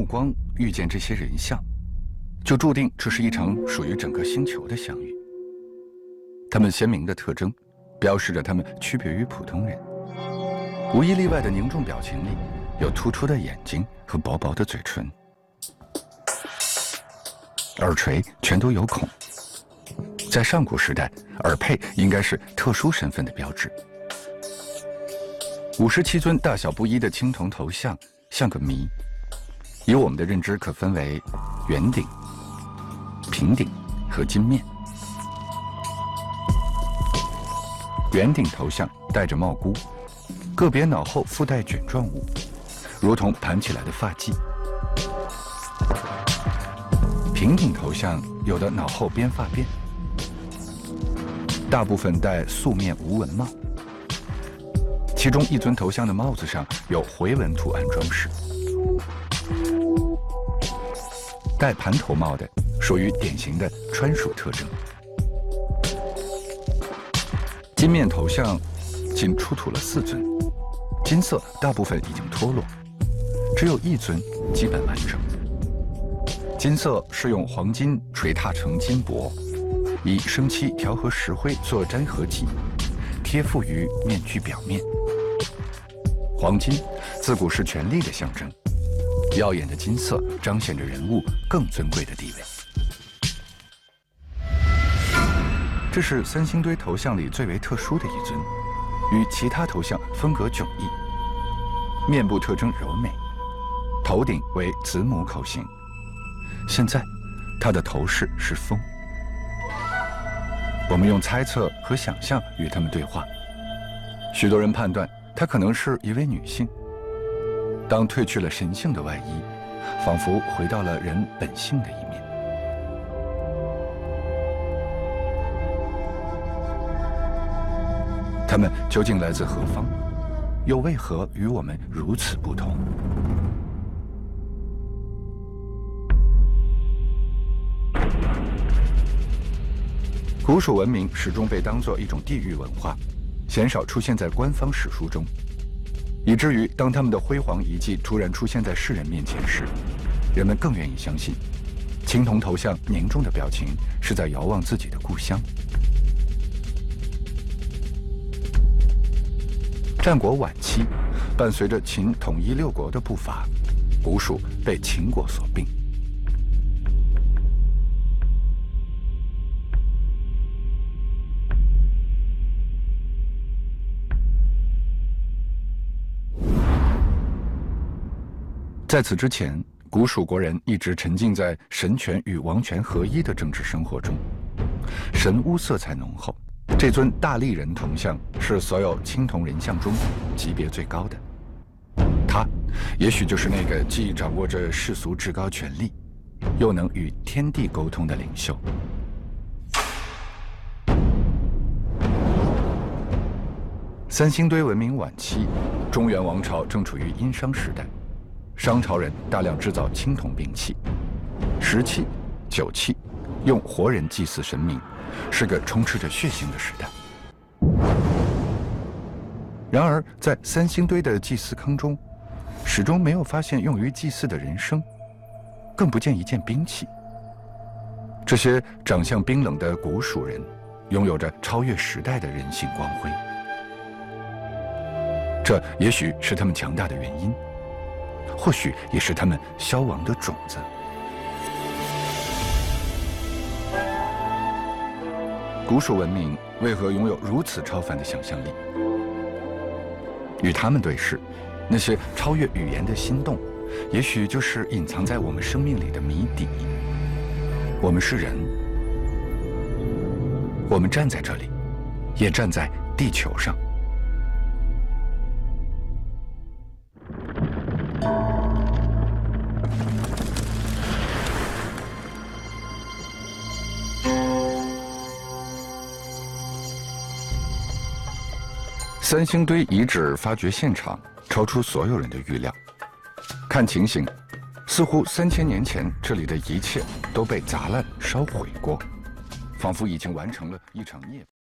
目光遇见这些人像，就注定这是一场属于整个星球的相遇。他们鲜明的特征，标示着他们区别于普通人。无一例外的凝重表情里，有突出的眼睛和薄薄的嘴唇，耳垂全都有孔。在上古时代，耳佩应该是特殊身份的标志。57尊大小不一的青铜头像像个谜，以我们的认知可分为圆顶、平顶和金面。圆顶头像戴着帽箍，个别脑后附带卷状物，如同盘起来的发髻。平顶头像有的脑后编发辫，大部分戴素面无纹帽。其中一尊头像的帽子上有回纹图案装饰。戴盘头帽的属于典型的川蜀特征。金面头像仅出土了4尊，金色大部分已经脱落，只有1尊基本完整。金色是用黄金锤踏成金箔，以生漆调和石灰做粘合剂，贴附于面具表面。黄金自古是权力的象征，耀眼的金色彰显着人物更尊贵的地位。这是三星堆头像里最为特殊的一尊，与其他头像风格迥异。面部特征柔美，头顶为子母口型。现在，他的头饰是风。我们用猜测和想象与他们对话。许多人判断她可能是一位女性。当褪去了神性的外衣，仿佛回到了人本性的一面。他们究竟来自何方，又为何与我们如此不同？古蜀文明始终被当作一种地域文化，鲜少出现在官方史书中，以至于当他们的辉煌遗迹突然出现在世人面前时，人们更愿意相信，青铜头像凝重的表情是在遥望自己的故乡。战国晚期，伴随着秦统一6国的步伐，古蜀被秦国所并。在此之前，古蜀国人一直沉浸在神权与王权合一的政治生活中，神巫色彩浓厚。这尊大力人铜像是所有青铜人像中级别最高的，他也许就是那个既掌握着世俗至高权力，又能与天地沟通的领袖。三星堆文明晚期，中原王朝正处于殷商时代，商朝人大量制造青铜兵器，石器、酒器，用活人祭祀神明，是个充斥着血腥的时代。然而，在三星堆的祭祀坑中，始终没有发现用于祭祀的人生，更不见一件兵器。这些长相冰冷的古蜀人，拥有着超越时代的人性光辉。这也许是他们强大的原因，或许也是他们消亡的种子。古蜀文明为何拥有如此超凡的想象力？与他们对视，那些超越语言的心动，也许就是隐藏在我们生命里的谜底。我们是人，我们站在这里，也站在地球上。三星堆遗址发掘现场超出所有人的预料。看情形，似乎3000年前这里的一切都被砸烂、烧毁过，仿佛已经完成了一场涅槃。